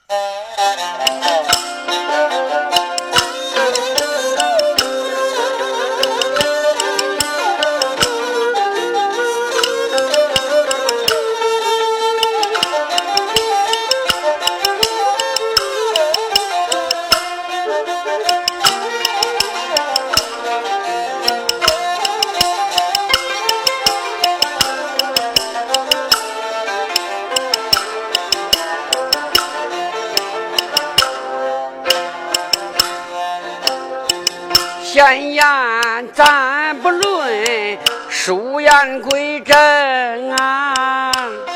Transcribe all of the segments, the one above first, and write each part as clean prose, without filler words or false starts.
闲言咱不论，书言归真啊。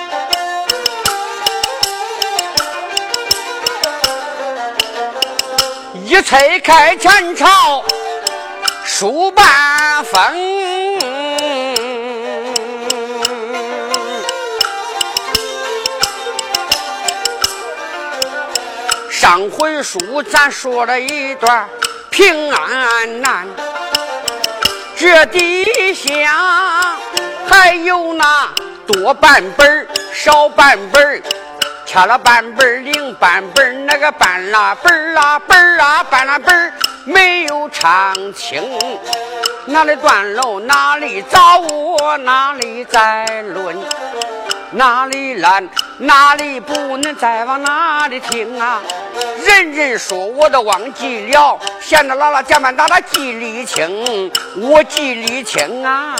一催开前朝，书半风。上回书咱说了一段平安难，这底下还有那多半本少半本，掐了半本零半本，那个半拉本啊本啊半拉本没有唱清，哪里断漏哪里找我，哪里再论，哪里烂哪里不能再往哪里听啊。人人说我都忘记了，闲得拉拉讲半打打记力清，我记力清啊。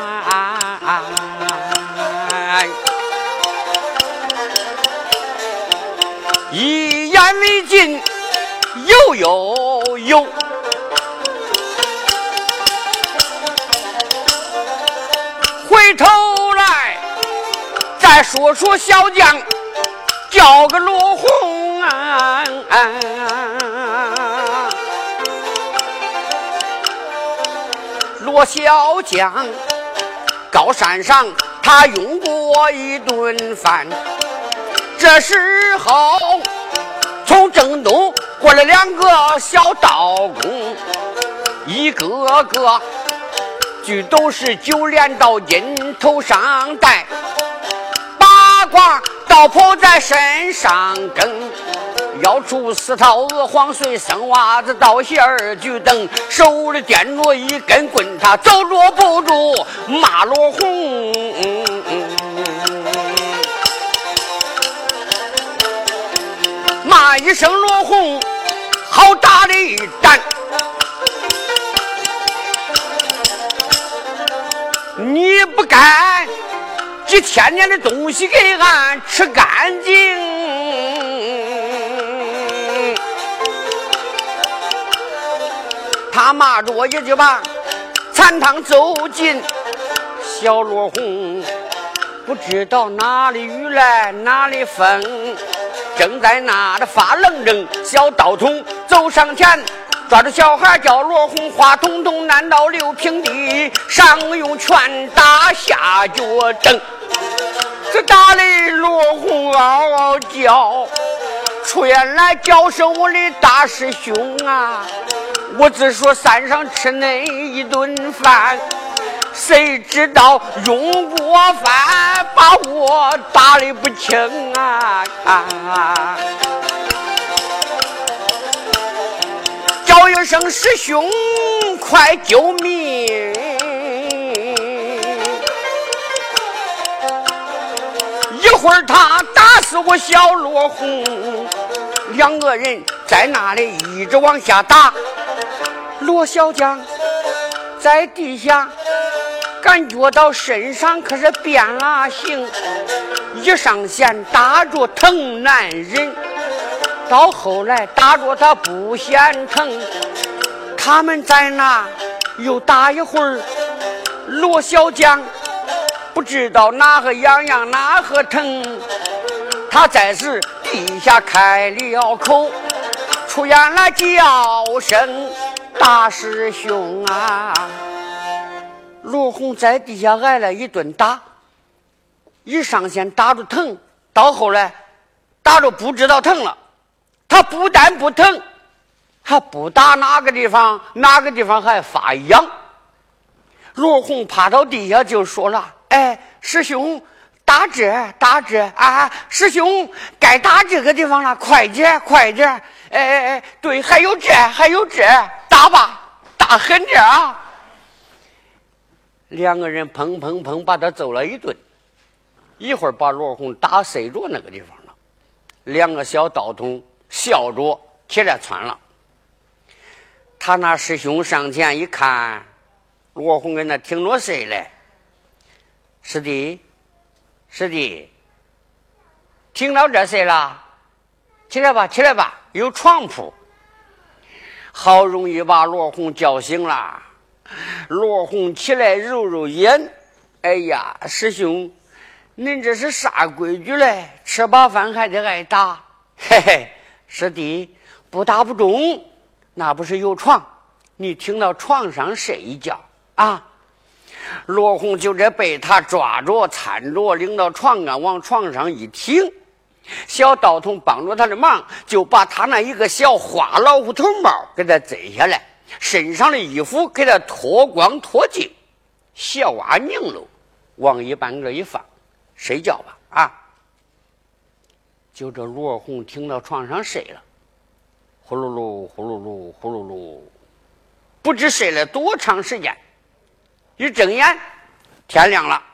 一言为尽，有，回头来再说说小将叫个罗红啊。罗小将高山上他用过一顿饭，这时候从正东过来两个小道工，一个个俱都是九连刀巾头上戴，八卦道袍在身上跟，腰出四套鹅黄穗生袜子倒鞋儿举灯，手里掂着一根棍，他走着不住骂罗红。骂一声罗红，好大的一胆，你不该几千年的东西给俺吃干净。他骂着我也就把残汤走进，小罗红不知道哪里雨来哪里风，正在那的发愣怔，小道童走上前抓住小孩叫罗红，话筒筒难道六平地，上用拳打下脚蹬，这打的罗红嗷嗷叫，出言来叫声我的大师兄啊，我只说山上吃那一顿饭，谁知道用过饭把我打得不轻啊。叫一声师兄快救命，一会儿他打死我小罗红，两个人在那里一直往下打，罗小将在地下感觉到身上可是变了形，一上线打着疼难忍，到后来打着他不嫌疼，他们在那又打一会儿，罗小将不知道哪个痒痒哪个疼，他在是地下开了口，出言来叫声大师兄啊。罗红在地下挨了一顿打，一上线打着疼，到后来打着不知道疼了，他不但不疼，还不打哪个地方还发痒。罗红趴到地下就说了，哎，师兄打这啊！师兄，该打这个地方了，快点！哎，对，还有这，打吧，打狠点啊！两个人砰砰砰把他揍了一顿，一会儿把罗红打塞着那个地方了。两个小道童笑着起来窜了。他那师兄上前一看，罗红跟那挺着睡嘞。师弟，听到这谁了？起来吧，有床铺。好容易把罗红叫醒了。罗红起来揉眼，哎呀，师兄，您这是啥规矩嘞？吃饱饭还得挨打？嘿嘿，师弟，不打不中，那不是有床，你听到床上睡一觉啊？罗红就这被他抓着搀着领到床上，往床上一挺，小道童帮着他的忙，就把他那一个小花老虎头帽给他摘下来，身上的衣服给他脱光脱净，小娃拧喽往一半这一放，睡觉吧啊！就这罗红听到床上睡了，呼噜噜，不知睡了多长时间。一睁眼，天亮了。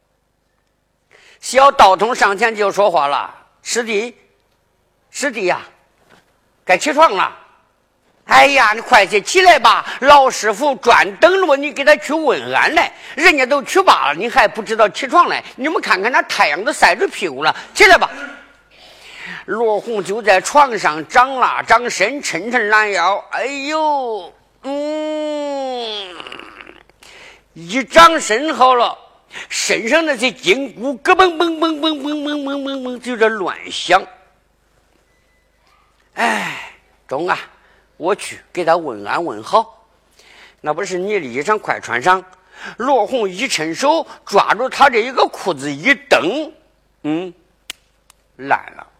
小道童上前就说话了：“师弟呀，该起床了。哎呀，你快起来吧，老师傅专等着你给他去问安来，人家都去罢了，你还不知道起床来？你们看看那太阳都晒着屁股了，起来吧。”罗红就在床上长了长身，抻懒腰，哎呦，一长身好了，身上那些筋骨咯嘣嘣就这乱响。哎，中啊，我去给他问安问好。那不是你的衣裳快穿上。罗红一伸手抓住他这一个裤子一蹬，烂了。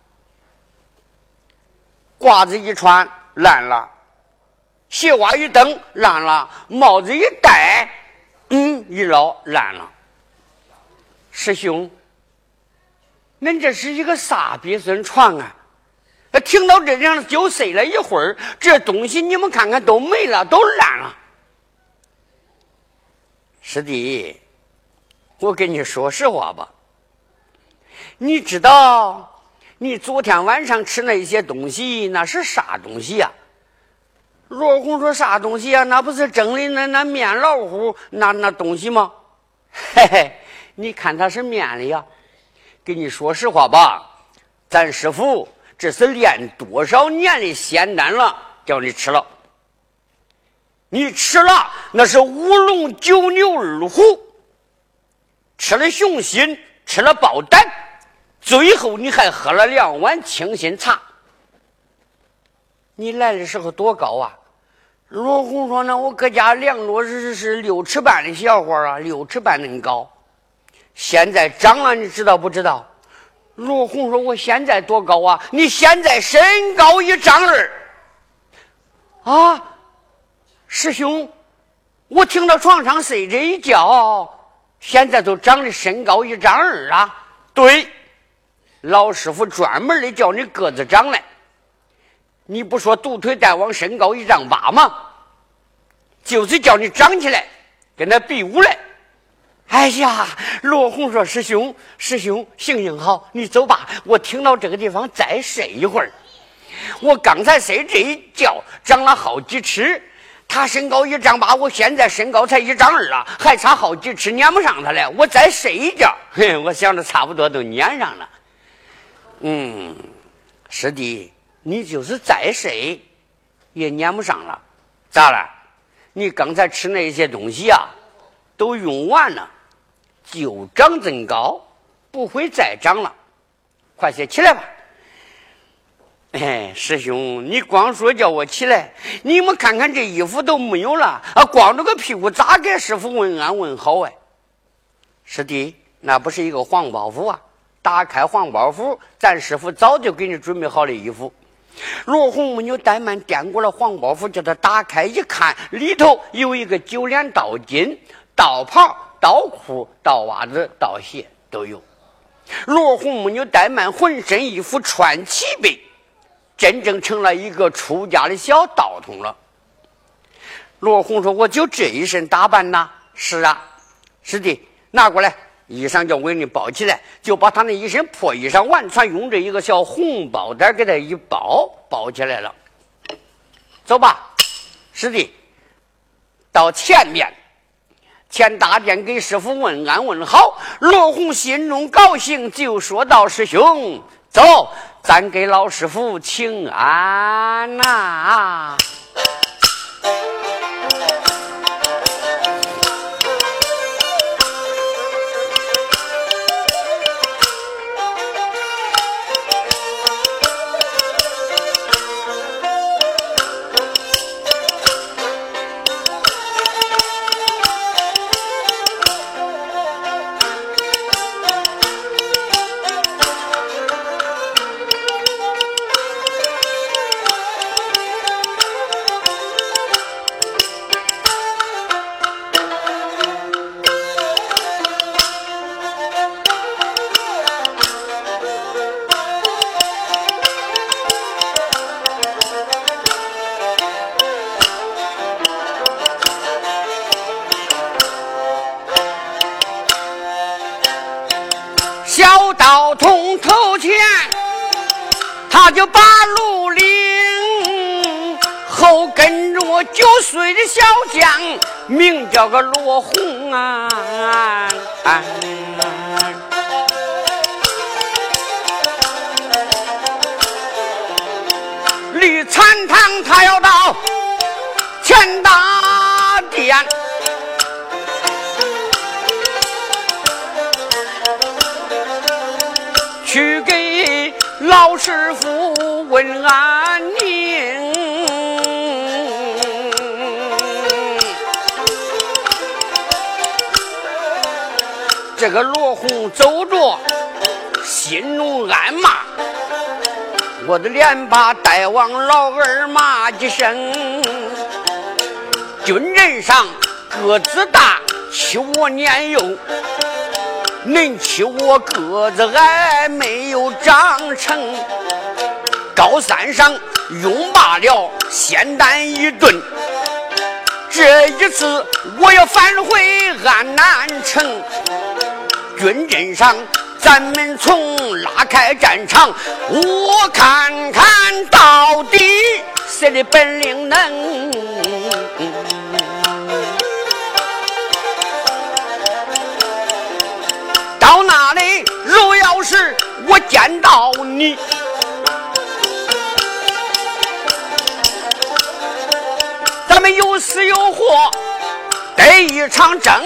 褂子一穿烂了，鞋袜一蹬烂了，帽子一戴一捞烂了。师兄，恁这是一个啥逼孙床啊？听到这样就睡了一会儿，这东西你们看看都没了，都烂了。师弟，我跟你说实话吧，你知道你昨天晚上吃那些东西那是啥东西呀？罗红说啥东西呀？那不是蒸的那面老虎那东西吗？嘿嘿，你看它是面的呀。跟你说实话吧，咱师傅这是练多少年的仙丹了，叫你吃了。你吃了那是五龙九牛二虎，吃了雄心，吃了豹胆，最后你还喝了2碗清心茶。你来的时候多高啊？罗红说呢，我搁家量着是6尺半的小伙啊，6尺半那么高。现在长了，你知道不知道？罗红说我现在多高啊？你现在身高1丈2。啊，师兄，我听到床上睡着一觉，现在都长的身高1丈2了。对，老师傅专门的叫你个子长来。你不说独腿大王身高1丈8吗？就是叫你长起来跟他比武来。哎呀，罗红说师兄行好，你走吧，我听到这个地方再睡一会儿。我刚才睡这一觉长了好几尺，他身高1丈8，我现在身高才1丈2了，还差好几尺撵不上他来，我再睡一觉，我想着差不多都撵上了。师弟，你就是再睡也撵不上了。咋了？你刚才吃那些东西啊都用完了，就长增高，不会再长了。快些起来吧。师兄，你光说叫我起来，你们看看这衣服都没有了啊，光着个屁股咋给师傅问安问好哎？师弟，那不是一个黄包袱啊，打开黄包袱，咱师傅早就给你准备好了衣服。罗红没有怠慢，掂过了黄包袱，叫他打开一看，里头有一个9连道巾、道袍、道裤、道袜子、道鞋都有。 罗红母女怠慢，浑身衣服穿齐备，真正成了一个出家的小道童了。罗红说：“我就这一身打扮呐。”是啊，是的，拿过来，衣裳叫我给你包起来，就把他那一身破衣裳完全用这一个小红包袋给他一包，包起来了。走吧。是的，到前面前大殿给师傅问安问好。罗红心中高兴，就说道：“师兄，走，咱给老师傅请安呐。”小道童头前他就把路领，后跟着9岁的小将，名叫个罗红啊。绿禅堂他要到前大殿，去给老师傅问安宁。这个罗红走着，心中暗骂：我的脸把大王老二骂一声，军人上个子大，欺我年幼，恁欺我个子矮，没有长成。高山上用罢了仙丹一顿，这一次我要返回安南城。军阵上咱们从拉开战场，我看看到底谁的本领能。到那里如要是我见到你，咱们有死有活得一场争。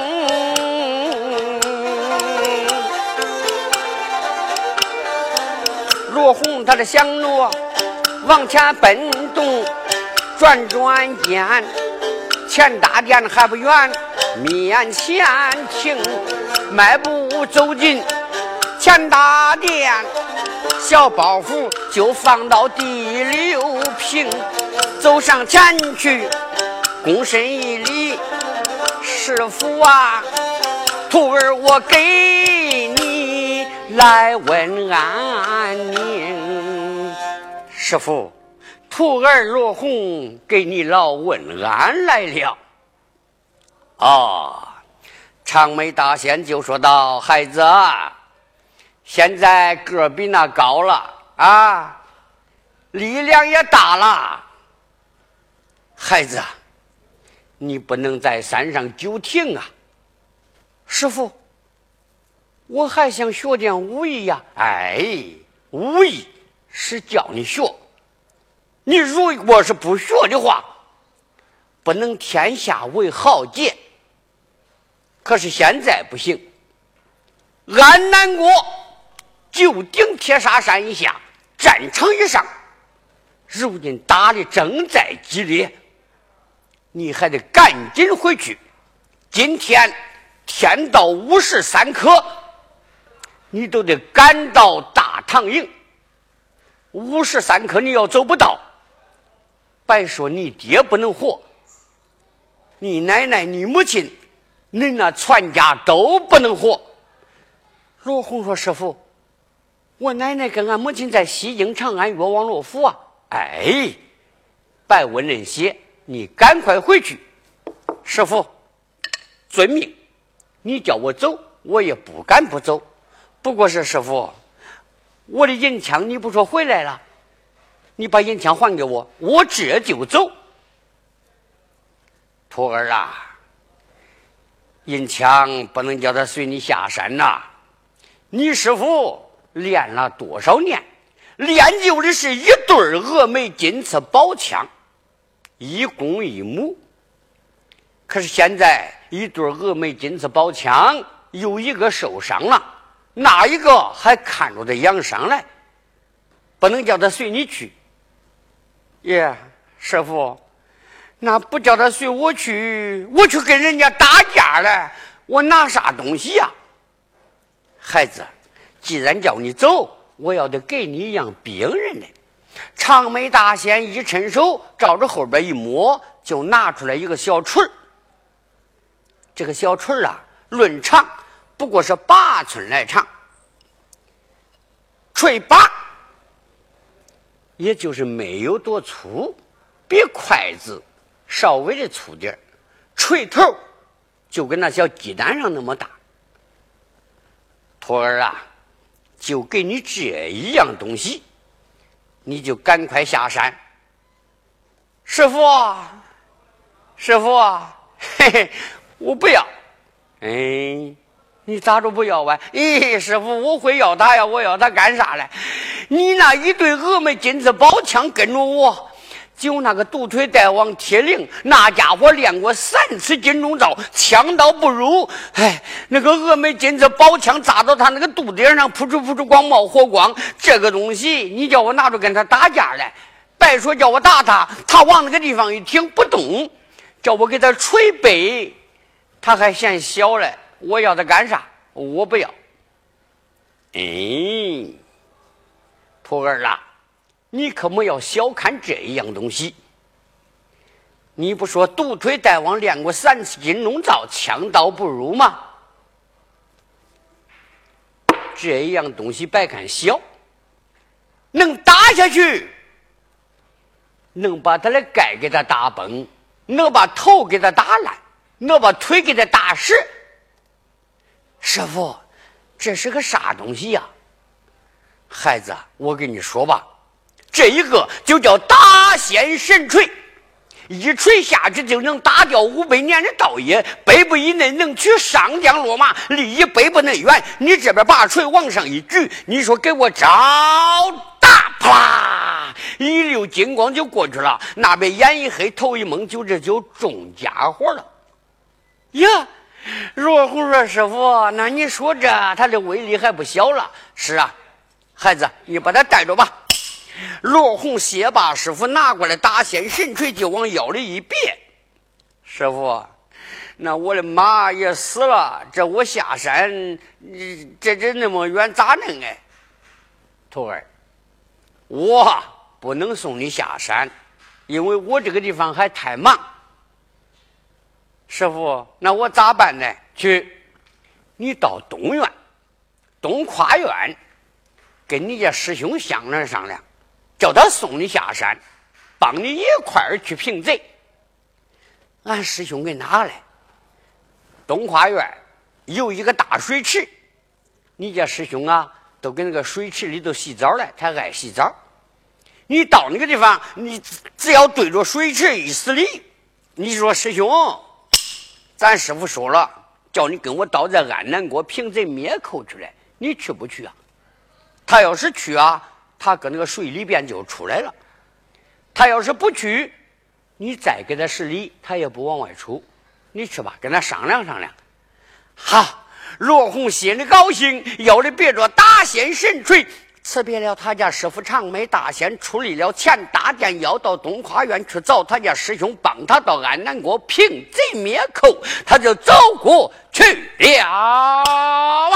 罗红他的响锣往前奔动，转转间前大殿还不远，面前停，迈步走进前大殿，小包袱就放到第6平，走上前去躬身一礼：师父啊，徒儿我给你来问安宁。师父，徒儿罗红给你老问安来了。长眉大仙就说道：孩子，现在个比那高了啊，力量也大了。孩子，你不能在山上久停啊。师父，我还想学点武艺呀。武艺是叫你学，你如果是不学的话，不能天下为豪杰。可是现在不行，安南国就顶铁砂山以下，战场以上，如今打的正在激烈，你还得赶紧回去。今天天到53刻，你都得赶到大唐营。53刻你要走不到，白说你爹不能活，你奶奶你母亲你那全家都不能活。 罗红说：“师傅，我奶奶跟俺母亲在西京长安岳王罗府啊。”哎，白问人些，你赶快回去。师傅，遵命。你叫我走，我也不敢不走。不过是师傅，我的银枪你不说回来了，你把银枪还给我，我这就走。徒儿啊，银枪不能叫他随你下山呐。你师傅练了多少年？练就的是一对峨眉金刺宝枪，一公一母。可是现在一对峨眉金刺宝枪有一个受伤了，那一个还看着他养伤来，不能叫他随你去。耶，师傅，那不叫他随我去，我去跟人家打架了，我拿啥东西呀？孩子，既然叫你走，我要得给你一样兵刃呢。长眉大仙一伸手，照着后边一摸，就拿出来一个小锤。这个小锤啊，论长不过是8寸来长，锤把也就是没有多粗，比筷子稍微的粗点，锤头就跟那小鸡蛋上那么大。徒儿啊，就给你这一样东西，你就赶快下山。师傅啊，师傅啊，嘿嘿，我不要。哎，你咋着不要啊？咦，师傅，我会要它呀，我要它干啥嘞？你那一对峨眉金刺宝枪跟着我，就那个独腿大王铁岭，那家伙练过3次金钟罩，枪刀不入。哎，那个峨眉金刺宝枪扎到他那个肚顶上，扑出扑出光冒火光。这个东西你叫我拿着跟他打架来，白说叫我打他，他往那个地方一停不动，叫我给他捶背，他还嫌小嘞。我要他干啥？我不要。哎，徒儿啦，你可莫要小看这样东西。你不说独腿大王练过3次金钟罩，枪刀不入吗？这样东西别看小，能打下去，能把他的盖给他打崩，能把头给他打烂，能把腿给他打实。师傅，这是个啥东西呀？孩子，我跟你说吧，这一个就叫大仙神锤，一锤下去就能打掉500年的道业，100步以内能取上将落马，离100步内远。你这边把锤往上一举，你说给我招打，啪啦，一溜金光就过去了。那边眼一黑，头一蒙，就这就中家伙了呀。罗红说：“师傅，那你说这他的威力还不小了。”是啊，孩子，你把他带着吧。罗红谢把师傅拿过来大仙神锤，就往腰里一别。师傅，那我的马也死了，这我下山，这那么远咋弄哎？徒儿，我不能送你下山，因为我这个地方还太忙。师傅，那我咋办呢？去，你到东院、东跨院，跟你家师兄商量商量，叫他送你下山，帮你一块儿去平贼。俺师兄给拿来。东跨院有一个大水池，你家师兄啊，都跟那个水池里头洗澡来，他爱洗澡。你到那个地方，你只要对着水池一施礼，你说师兄，咱师傅说了，叫你跟我到这安南国平贼灭寇去来，你去不去啊？他要是去啊，他搁那个水里边就出来了；他要是不去，你再给他施礼，他也不往外出。你去吧，跟他商量商量。好，罗红心里高兴，腰里别着大仙神锤，辞别了他家师傅长眉大仙，出离了前大殿，要到东跨院去找他家师兄，帮他到安南国平贼灭寇，他就走过去了。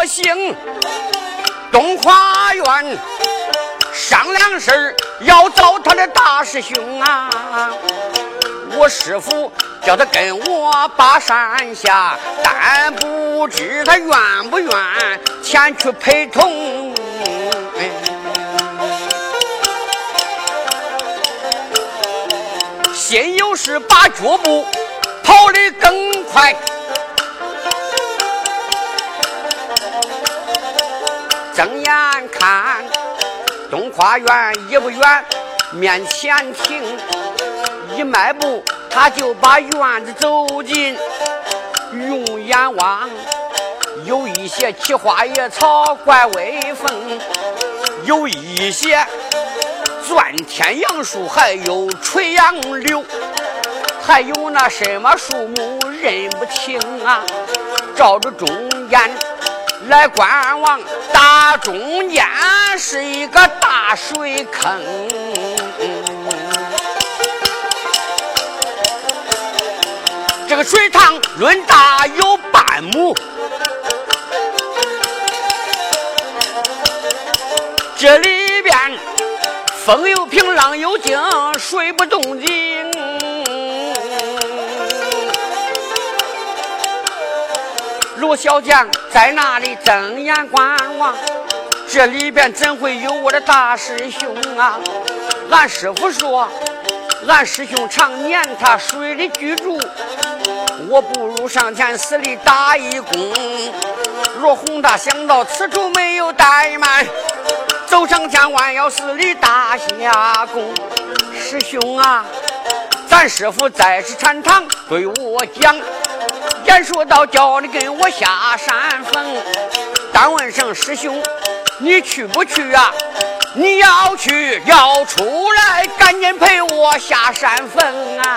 我行东花园商量事儿，要找他的大师兄啊。我师傅叫他跟我把山下，但不知他愿不愿前去陪同。心有事把脚步跑得更快，睁眼看东花园也不远，面前停，一迈步他就把院子走进，用眼望有一些奇花野草怪微风，有一些钻天杨树，还有垂杨柳，还有那什么树木认不清啊。照着中间来观望，大中间是一个大水坑，这个水塘论大有半亩，这里边风又平浪又静，水不动静。罗小将在那里睁眼观望，这里边怎会有我的大师兄啊？俺师傅说俺师兄常年他水里居住，我不如上前死里打一躬。罗红他想到此处没有怠慢，走上前弯腰死里打下躬。师兄啊，咱师傅在是禅堂对我讲，言说到叫你跟我下山峰，单问声师兄你去不去啊？你要去要出来赶紧陪我下山峰啊。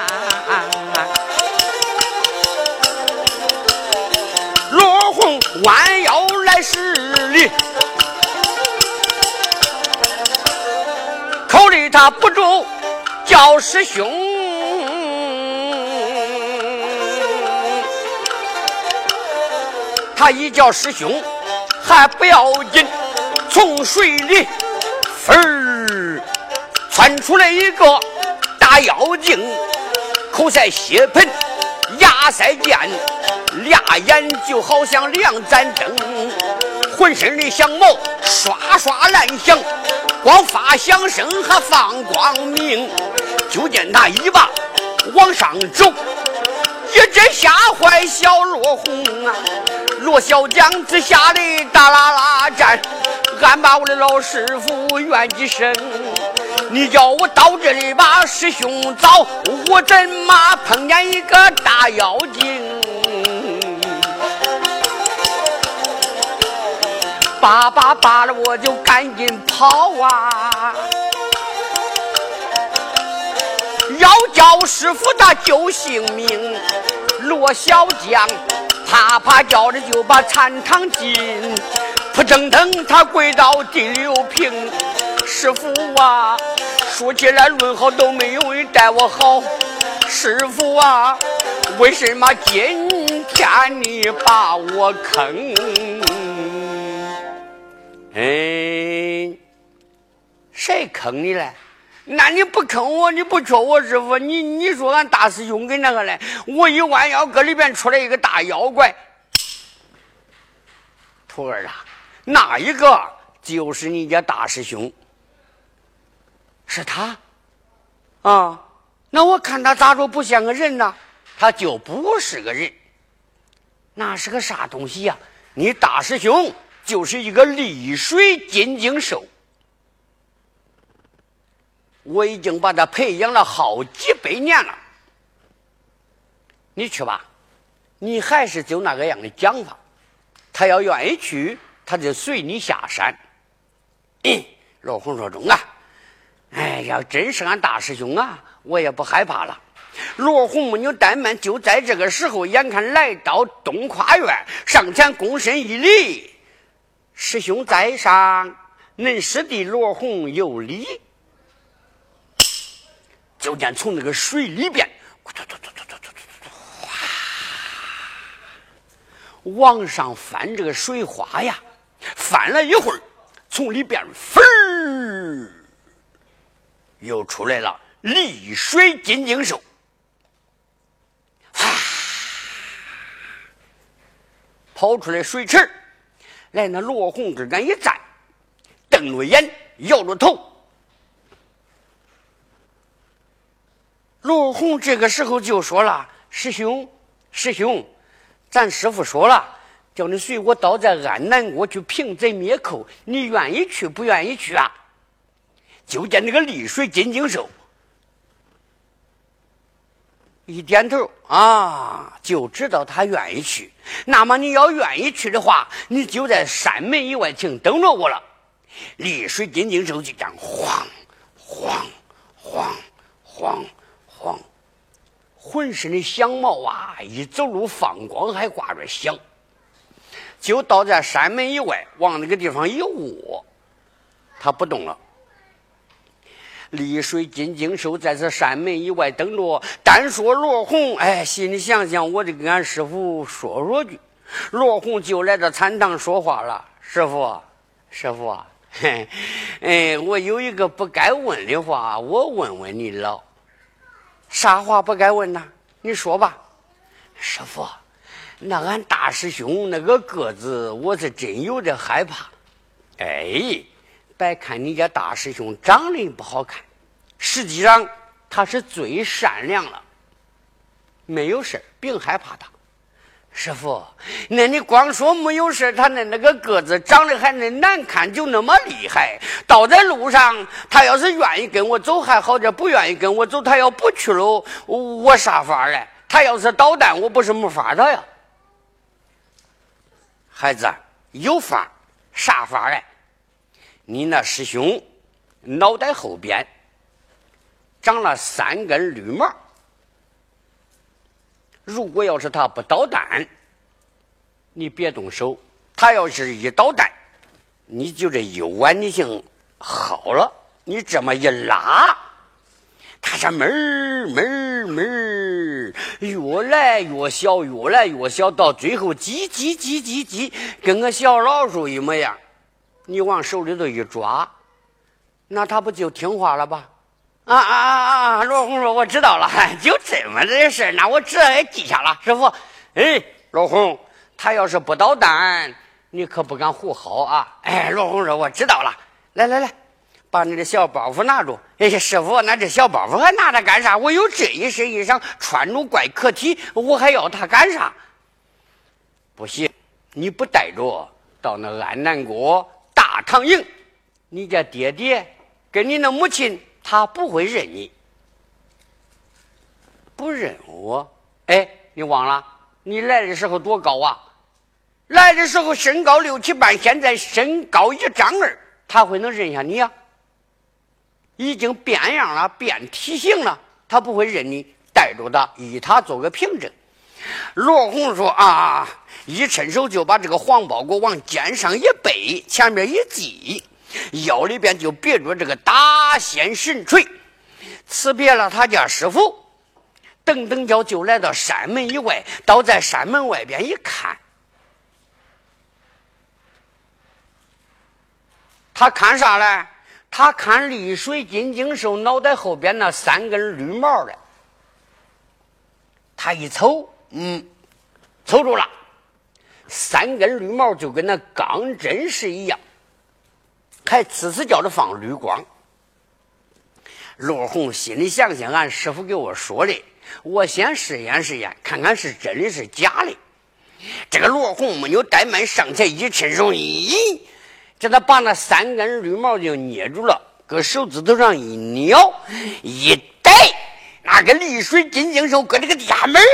罗红弯腰来施礼，口里他不住叫师兄，他一叫师兄还不要紧，从水里分儿窜出来一个大妖精，口塞血盆，牙塞剑，俩眼就好像两盏灯，浑身的香毛刷刷乱响，光发响声还放光明。就见他一把往上走，一阵吓坏小罗红啊！罗小将子吓得大啦啦战，俺把我的老师傅怨几声，你叫我到这里把师兄找，我怎么碰见一个大妖精？罢了，我就赶紧跑啊！要叫师傅他救性命，罗小将啪叫着就把禅堂进，扑腾腾他跪到第六平。师傅啊，说起来论好都没有人待我好，师傅啊，为什么今天你把我坑？谁坑你了？那你不坑我，你不缺我师傅，你说俺大师兄跟那个嘞，我一弯腰搁里边出来一个大妖怪。徒儿啊，那一个就是你家大师兄。是他啊？那我看他咋着不像个人呢？他就不是个人，那是个啥东西呀？你大师兄就是一个丽水金睛兽，我已经把他培养了好几百年了。你去吧，你还是就那个样的讲法，他要愿意去，他就随你下山。老红说中啊，要真是俺大师兄啊，我也不害怕了。罗红母牛怠慢，就在这个时候，眼看来到东跨院，上前躬身一礼：“师兄在上，恁师弟罗红有礼。”就见从那个水里边， 往上翻这个水花呀，翻了一会儿，从里边分儿又出来了丽水金睛兽，跑出来水池，来那罗红枝干一站，瞪着眼，摇着头。罗红这个时候就说了：“师兄，师兄，咱师傅说了，叫你随我到在安南国去平贼灭寇，你愿意去不愿意去啊？”就见那个丽水金睛兽一点头啊，就知道他愿意去。那么你要愿意去的话，你就在山门以外请等着我了。丽水金睛兽就这样晃晃晃晃晃，浑身的香毛啊，一走路放光，还挂着香。就到在山门以外，往那个地方一卧，他不动了。丽水金睛兽在这山门以外等着，单说罗红，心里想想，我得跟俺师傅说句。罗红就来到禅堂说话了：“师傅，师傅，我有一个不该问的话，我问问你了。”“啥话不该问呢？你说吧。”“师傅，那俺大师兄那个个子，我是真有点害怕。”“别看你家大师兄长得不好看，实际上他是最善良了，没有事别害怕他。”“师傅，那你光说没有事，他那个个子长得还那难看，就那么厉害，到在路上他要是愿意跟我走还好点，不愿意跟我走，他要不去了，我啥法嘞？他要是捣蛋，我不是没法的呀。”“孩子有法，啥法嘞？你那师兄脑袋后边长了3根绿毛，如果要是他不捣蛋，你别动手，他要是一捣蛋，你就这一碗你行好了，你这么一拉，他是门越来越小，越来越小，到最后叽，跟个小老鼠一模样。你往手里头一抓，那他不就听话了吧？”“罗红说：“我知道了，就这么这事，那我这也记下了。师傅，罗红，他要是不捣蛋，你可不敢胡诌啊。”“罗红说：“我知道了。来，把你的小包袱拿住。”“师傅，那这小包袱还拿着干啥？我有这一身衣裳，穿着怪可体，我还要他干啥？”“不行，你不带着到那安南国大唐营，你家爹爹跟你那母亲他不会认你。”“不认我？你忘了你来的时候多高啊？来的时候身高6、7半，现在身高1丈2，他会能认下你啊？已经变样了，变体型了，他不会认你，带着他以他做个凭证。”罗红说：“一伸手就把这个黄包裹往肩上一背，前面一系，腰里边就别着这个大仙神锤，辞别了他家师傅，蹬脚就来到山门以外，倒在山门外边一看，他看啥嘞？他看丽水金睛兽脑袋后边那3根绿毛嘞。他一瞅，瞅住了，3根绿毛就跟那钢针是一样，还呲叫着放绿光。罗红心里想想，俺师傅给我说的，我先试验，看看是真的是假的。这个罗红没有怠慢，上前一伸手，叫他把那3根绿毛就捏住了，搁手指头上一扭，一逮，那个丽水金睛兽搁这个地下门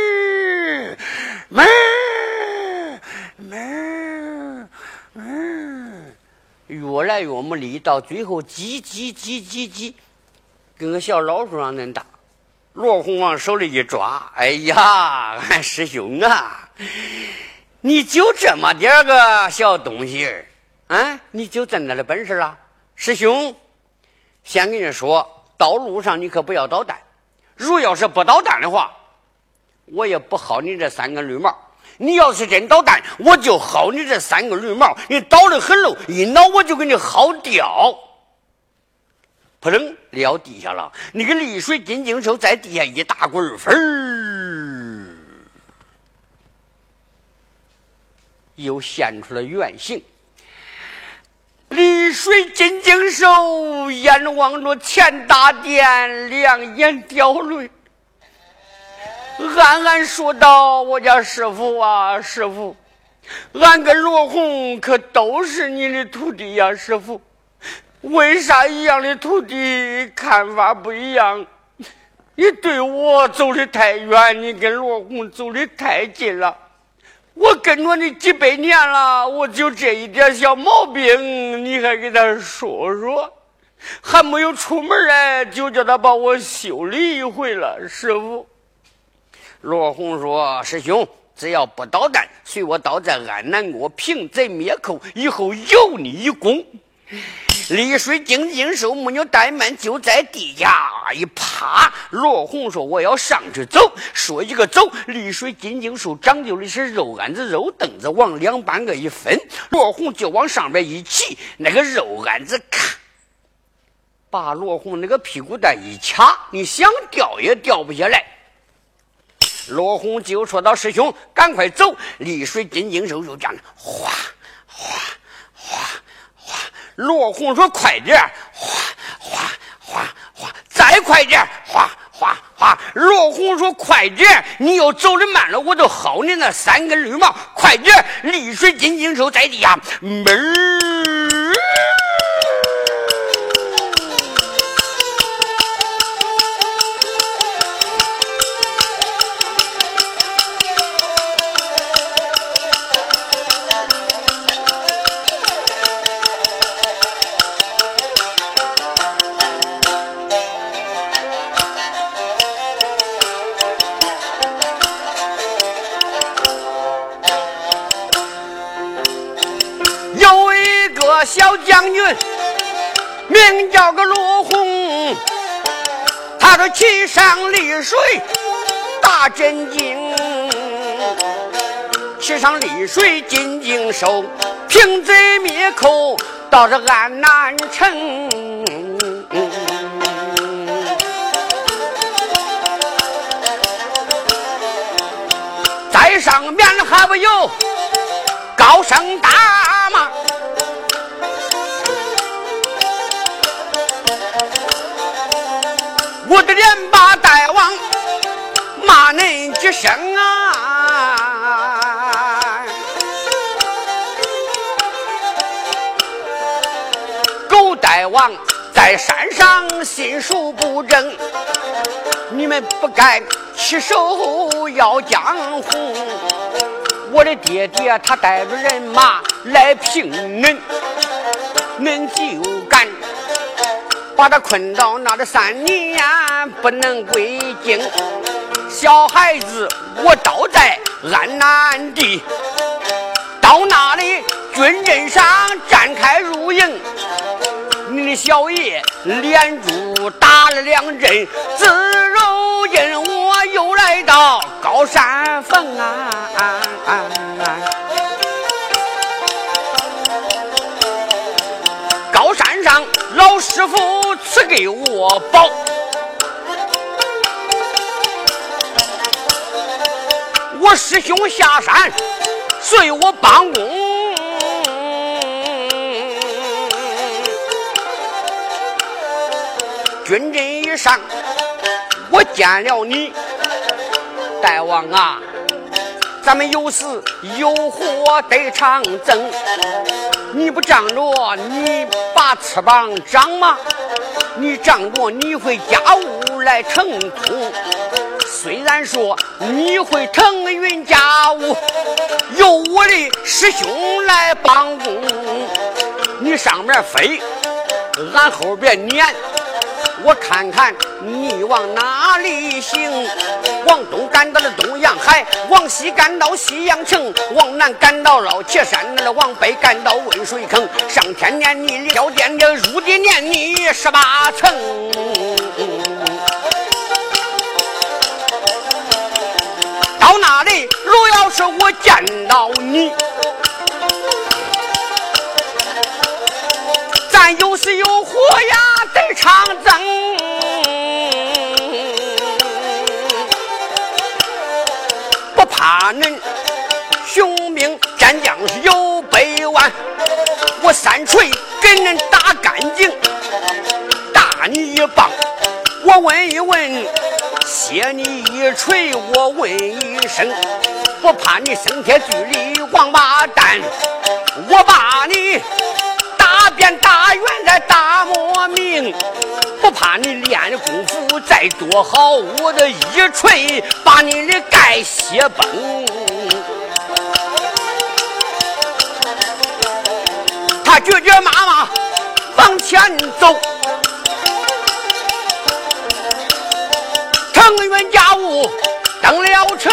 越来越没力，到最后叽，跟个小老鼠上恁大。罗红往手里一抓，哎呀，俺师兄啊，你就这么点个小东西你就这么的本事了？师兄，先跟你说，道路上你可不要捣蛋，如要是不捣蛋的话，我也不薅你这3根绿毛， 你要是真捣蛋，我就薅你这3个驴毛，你捣得很漏，一挠我就给你薅掉。扑棱撂地下了，那个丽水金睛兽在地下一打滚分又现出了原形。丽水金睛兽眼望着钱大殿，两眼掉泪，暗暗说道：我家师傅啊，师傅，俺跟罗红可都是你的徒弟呀，师傅，为啥一样的徒弟看法不一样？你对我走得太远，你跟罗红走得太近了。我跟着你几百年了，我就这一点小毛病，你还给他说说，还没有出门来就叫他把我修理一回了，师傅。罗红说：师兄，只要不捣蛋，随我倒在安南国，平贼灭寇，以后有你一功。丽水金睛兽没有怠慢，就在地下一趴。罗红说：我要上去走。说一个走，丽水金睛兽长就的是肉案子肉凳子，往两半个一分，罗红就往上边一骑，那个肉案子咔把罗红那个屁股蛋一卡，你想掉也掉不下来。罗红就说到：师兄赶快走。丽水金睛兽就这样哗哗哗哗。罗红说：快点，哗哗哗哗，再快点，哗哗哗。罗红说：快点，你要走得慢了，我就薅你那3根驴毛，快点。丽水金睛兽在地下小将军名叫个罗红，他说骑上丽水大震惊，骑上丽水金睛兽，平贼灭寇，到这安南城。在上面还不有高声大骂，我的连把大王骂恁几声啊！狗大王在山上心术不正，你们不该起手要江湖。我的爹爹他带着人马来聘恁，恁就干把他困到那的3年不能归京。小孩子我倒在安南地，到那里军阵上展开入营，你的小爷连住打了2阵，自如今我又来到高山峰啊！高山上老师傅赐给我宝，我师兄下山随我帮工，军阵以上我见了你，大王啊，咱们有死有活得长征，你不仗着你把翅膀长吗？你仗着你会家务来腾土，虽然说你会腾云驾雾，由我的师兄来帮工，你上面飞，俺后边撵，我看看你往哪里行。往东赶到了东洋海，往西赶到西洋城，往南赶到老铁山，往北赶到温水坑。上天念你小店的，入地念你18层。到那里如要是我见到你，咱有死有活呀得长征，不怕恁雄兵战将是有百万，我三锤给恁打干净，打你一棒我问一问，歇你一锤我问一声，不怕你生铁锯里王八蛋，我把你打遍大圆再打磨命，不怕你练的功夫再多好，我的一锤把你的盖血崩。他倔倔妈妈往前走，腾云驾雾登了城，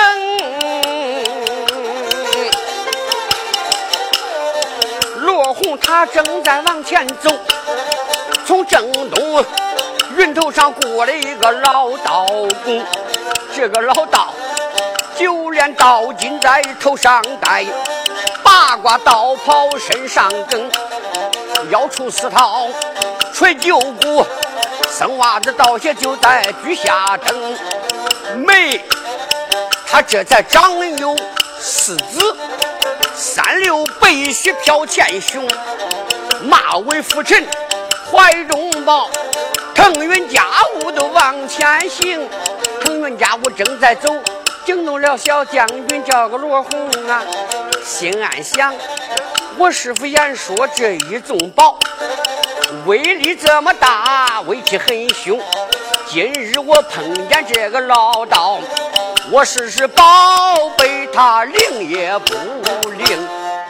罗红他正在往前走，从正东云头上过来一个老道公，这个老道就连刀巾在头上戴，八卦道袍身上蹬，腰出丝绦吹九股，生袜子道鞋就在居下蹬，眉他这才长有四子，三六背喜飘前胸，马尾拂尘怀中抱，腾云驾雾的往前行，腾云驾雾正在走，惊动了小将军叫个罗红啊，心暗想我师父言说这一众宝威力这么大，威气很凶，今日我碰见这个老道，我试试宝贝他灵也不灵。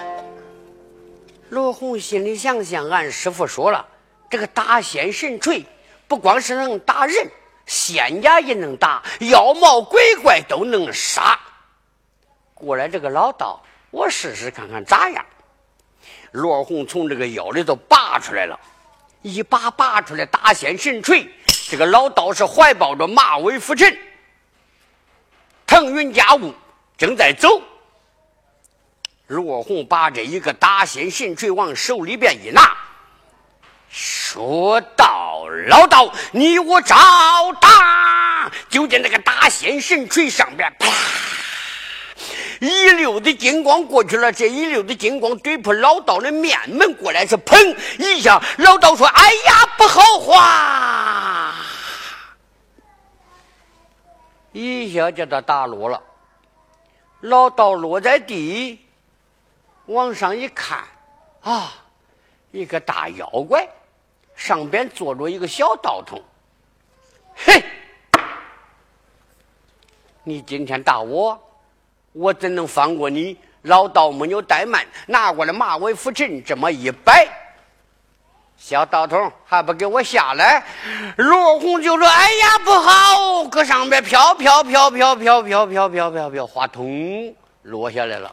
罗红心里想想，俺师父说了，这个大仙神锤不光是能打人，仙家也能打，妖魔鬼怪都能杀。过来这个老道，我试试看看咋样。罗红从这个腰里头拔出来了，一把拔出来大仙神锤，这个老道是怀抱着马尾拂尘，腾云驾雾正在走。罗红把这一个大仙神锤往手里边一拿，说道：老道你我找打！就见这个大仙神锤上边啪一溜的金光过去了，这一溜的金光对破老道的面门过来，是砰一下，老道说：哎呀不好话，一下就他打落了。老道落在地，往上一看啊，一个大妖怪，上边坐着一个小道童。嘿，你今天打我，我怎能放过你？老道没有怠慢，拿过来马尾拂尘这么一摆，小道童还不给我下来？罗红就说：哎呀不好，搁上边飘飘飘飘飘飘飘飘飘飘，话筒落下来了。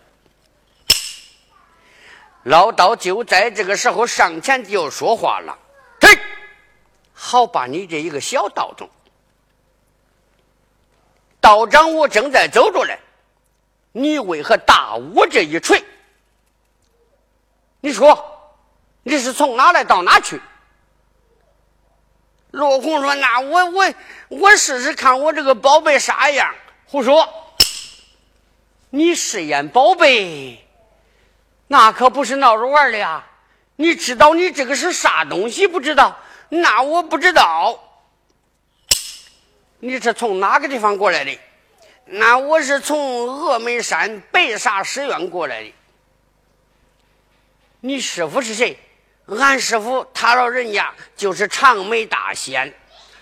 老道就在这个时候上前就说话了：嘿，好把你这一个小道童，道长我正在走着来，你为何打我这一锤？你说你是从哪来到哪去？罗红说：那我试试看我这个宝贝啥样。胡说，你试验宝贝那可不是闹着玩的呀！你知道你这个是啥东西不知道？那我不知道。你是从哪个地方过来的？那我是从峨眉山白沙石院过来的。你师父是谁？俺师父他老人家就是长眉大仙。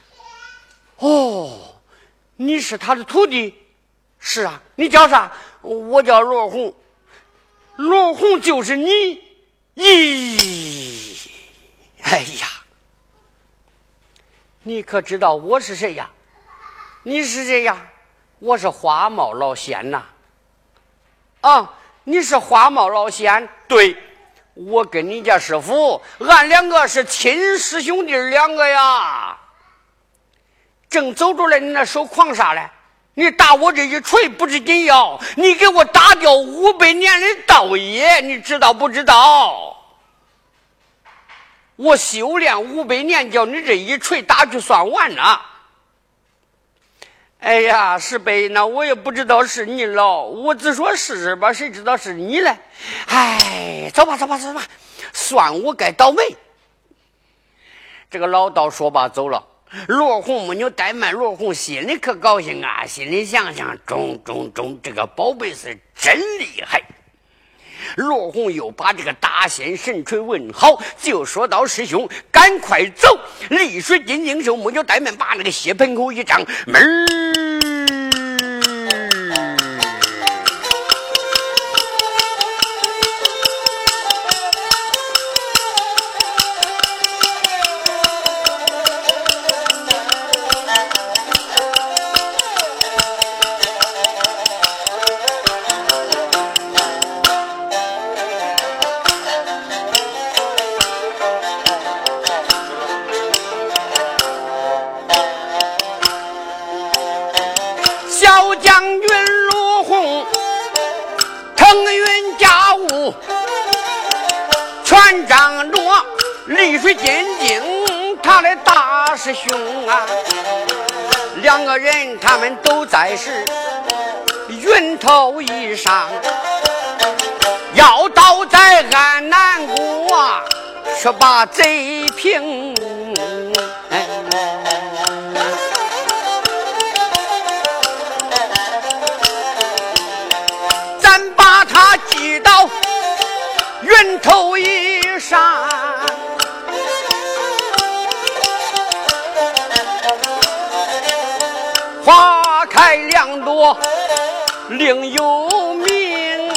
哦，你是他的徒弟？是啊。你叫啥？我叫罗红。罗红就是你？咦，哎呀，你可知道我是谁呀？你是谁呀？我是花帽老仙呐。啊，你是花帽老仙？对，我跟你家师傅，俺两个是亲师兄弟两个呀。正走出来，你那手狂啥嘞？ 你打我这一锤不是紧要，你给我打掉500年的道业，你知道不知道？我修炼500年，叫你这一锤打就算完了。哎呀，石碑，那我也不知道是你了，我只说是吧，谁知道是你嘞？哎，走吧，走吧，走吧，算我该倒霉。这个老道说罢走了。罗红母牛怠慢，罗红心里可高兴啊，心里想想，中，这个宝贝是真厉害。罗红又把这个大仙神锤问好，就说道：“师兄，赶快走！”丽水金睛手母牛怠慢，把那个血盆口一张，小将军罗红腾云驾雾，全仗着丽水金睛他的大师兄啊，两个人他们都在是云头以上，要倒在安南国却把贼平。咱把他记到云头以上，花开两朵另有名，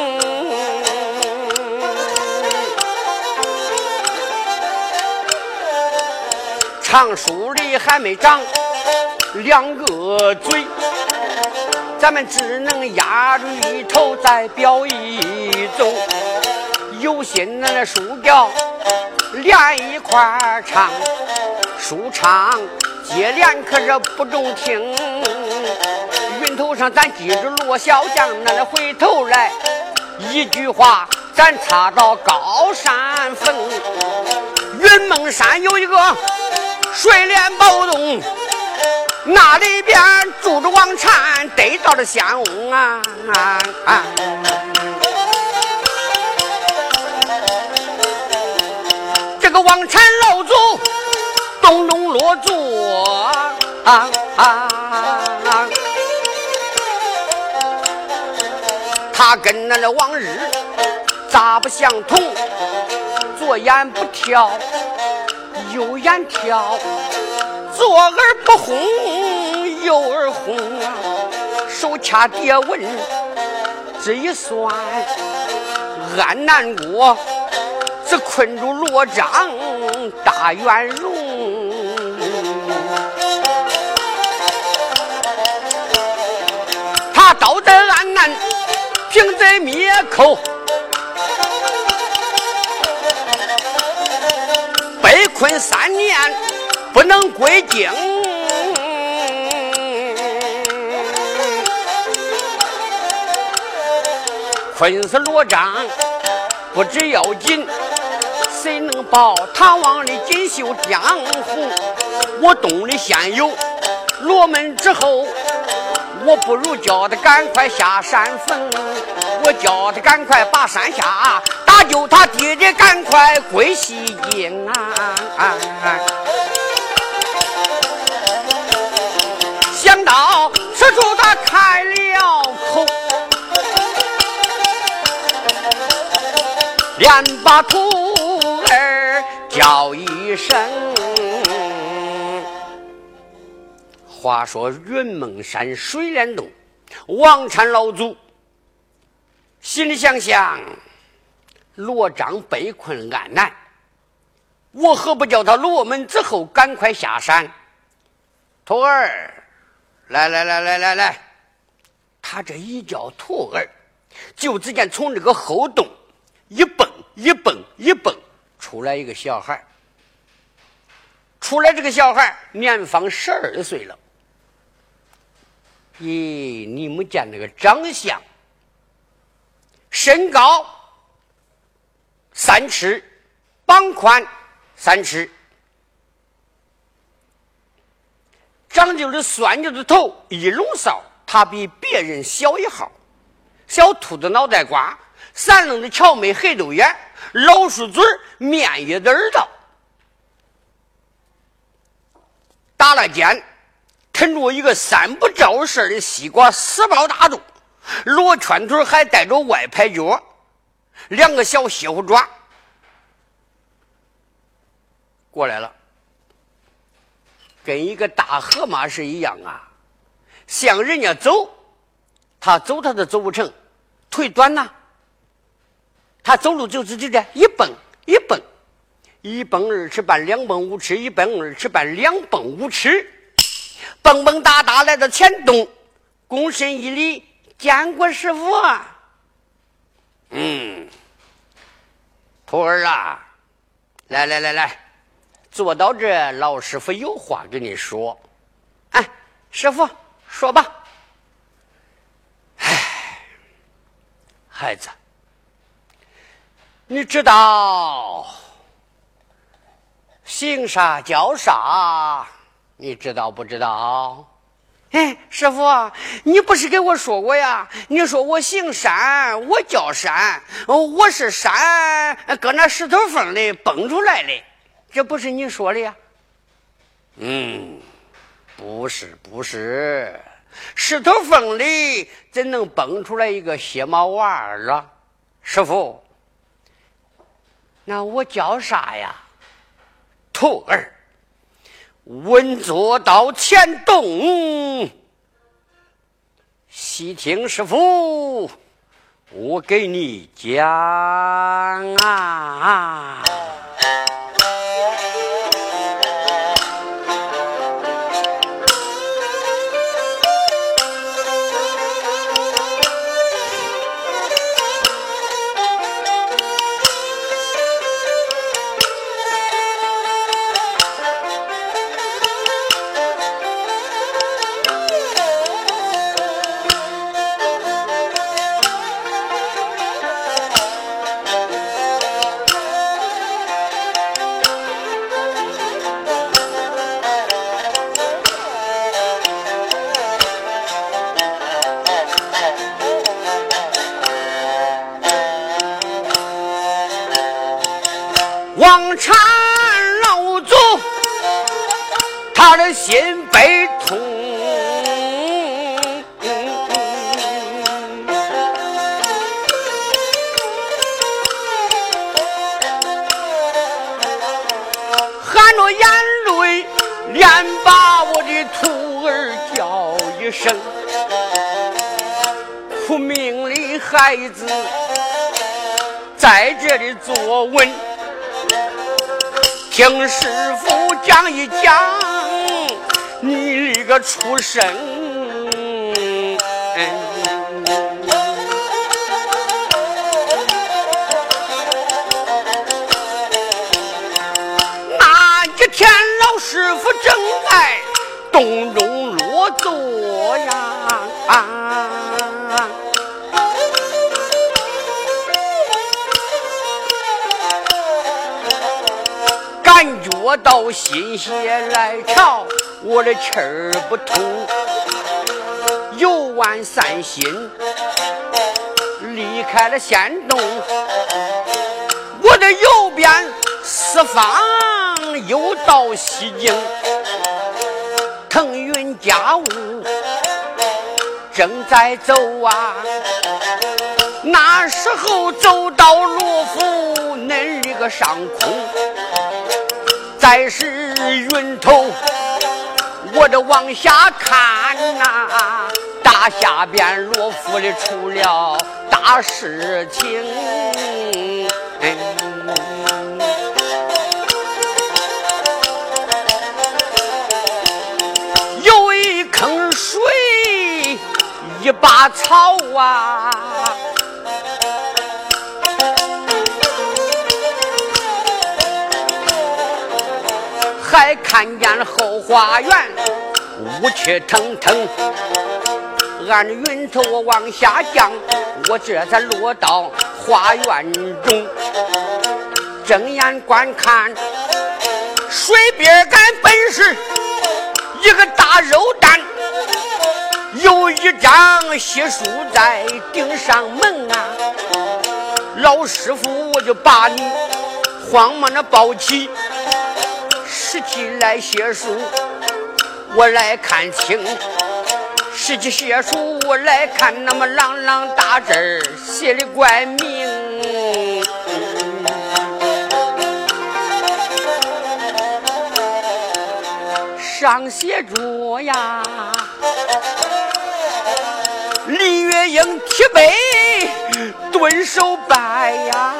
长树里还没长两个嘴，咱们只能压驴头再表一种，有些那书调连一块唱，书唱接连可是不中听。云头上咱记住罗小将，那回头来一句话咱插到高山峰。云梦山有一个水帘宝洞，那里边住着王禅得到的仙翁啊，这个王禅老祖东东落座他跟那往日咋不相同，左眼不跳右眼跳，左耳不红右耳红啊，手掐蝶纹这一算，安南国这困住罗章大元荣。他倒在安南平贼灭口，被困3年不能归京，困死罗章不知要紧，谁能保唐王的锦绣江湖？我洞里现有罗门之后，我不如叫他赶快下山峰，我叫他赶快把山下打救他爹爹，赶快归西京啊！想到此处他开了口，连把徒儿叫一声。话说云梦山水帘洞，王禅老祖心里想想，罗章被困安南，我何不叫他罗门之后赶快下山？徒儿，来，他这一叫徒儿，就只见从这个后洞一蹦出来一个小孩，出来这个小孩年方12岁了， 咦，你们见那个长相，身高3尺，膀宽3尺，长就是酸就是头，一笼哨，他比别人小一号，小秃子脑袋瓜，3愣的乔眉黑豆眼，老鼠嘴面叶的耳道，打了肩啃着一个3不着事的西瓜4包大肚，罗圈腿还带着外排脚，2个小蝎虎爪过来了，跟一个大河马是一样啊，向人家走，他走他都走不成，腿短呐，他走路就是这一蹦一蹦，1蹦2尺半，2蹦5尺，1蹦2尺半，2蹦5尺，蹦蹦哒哒来到前洞，躬身一礼，见过师傅啊。徒儿啊，来，坐到这，老师傅有话跟你说。哎，师傅说吧。孩子，你知道姓啥叫啥？你知道不知道？哎，师傅，你不是给我说过呀？你说我姓山，我叫山，我是山搁那石头缝里蹦出来的，这不是你说的呀？不是，石头缝里怎能蹦出来一个鞋毛娃儿啊？师傅，那我叫啥呀？徒儿，稳坐到前洞，细听师傅我给你讲啊。王禅老祖他的心悲痛，含着眼泪连把我的徒儿叫一声，苦命的孩子在这里坐稳，听师傅讲一讲你这个出身。那几天老师傅正在洞中落座呀，感觉到心血来潮，我的气儿不通，游玩散心，离开了仙洞，我的右边四方又到西京，腾云驾雾正在走啊，那时候走到罗浮恁这个上空，再是云头我这往下看啊，大下边罗浮里出了大事情。有一坑水一把草啊，还看见后花园雾气腾腾， 按着云头我往下降，我这才落到花园中，睁眼观看，水边杆本是一个大肉蛋，有一张血书在顶上门啊。老师傅，我就把你慌忙的抱起，拾起来血书，我来看清。拾起血书，我来看，那么朗朗大字写的怪明。上写着呀，李月英提杯顿手拜呀，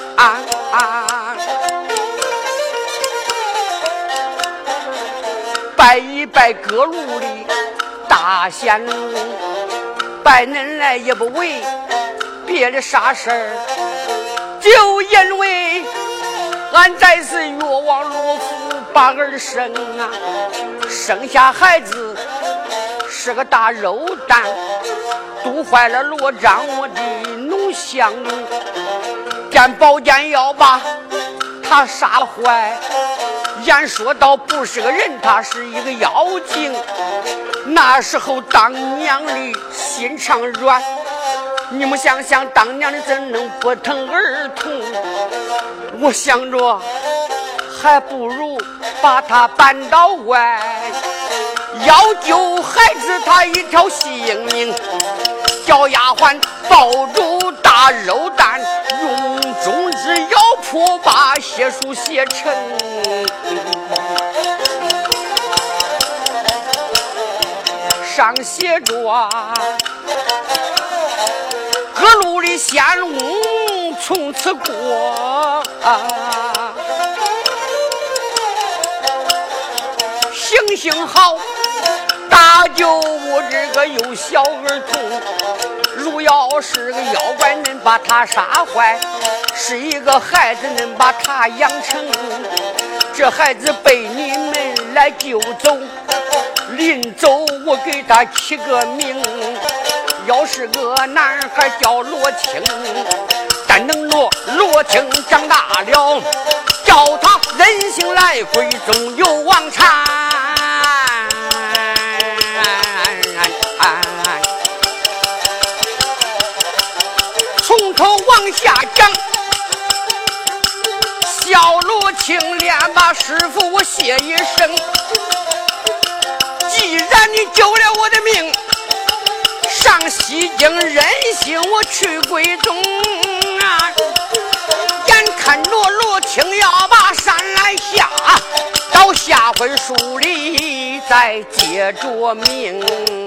拜一拜各路的大仙龙，拜恁来也不为别的啥事儿，就因为俺在是越王罗府把儿生啊，生下孩子是个大肉蛋，毒坏了罗章我的农香里，见宝剑要把他杀了坏，言说到不是个人，他是一个妖精。那时候当娘的心肠软，你们想想当娘的怎能不疼儿童？我想着还不如把他搬到外，要救孩子他一条性命，叫丫鬟抱住大肉蛋，用中指咬破把血书写成。上写着啊，各路的仙翁从此过啊，行行好，搭救我这个幼小儿童。如要是个妖怪能把他杀坏，是一个孩子能把他养成，这孩子被你们来救走，临走我给他起个名，要是个男孩叫罗青，但等罗青长大了，叫他人性来归总有王禅。从头往下讲，小罗青连把师傅我谢一声，既然你救了我的命，上西京任性我去归宗啊！眼看着罗青要把山来下，到下回书里再接着命。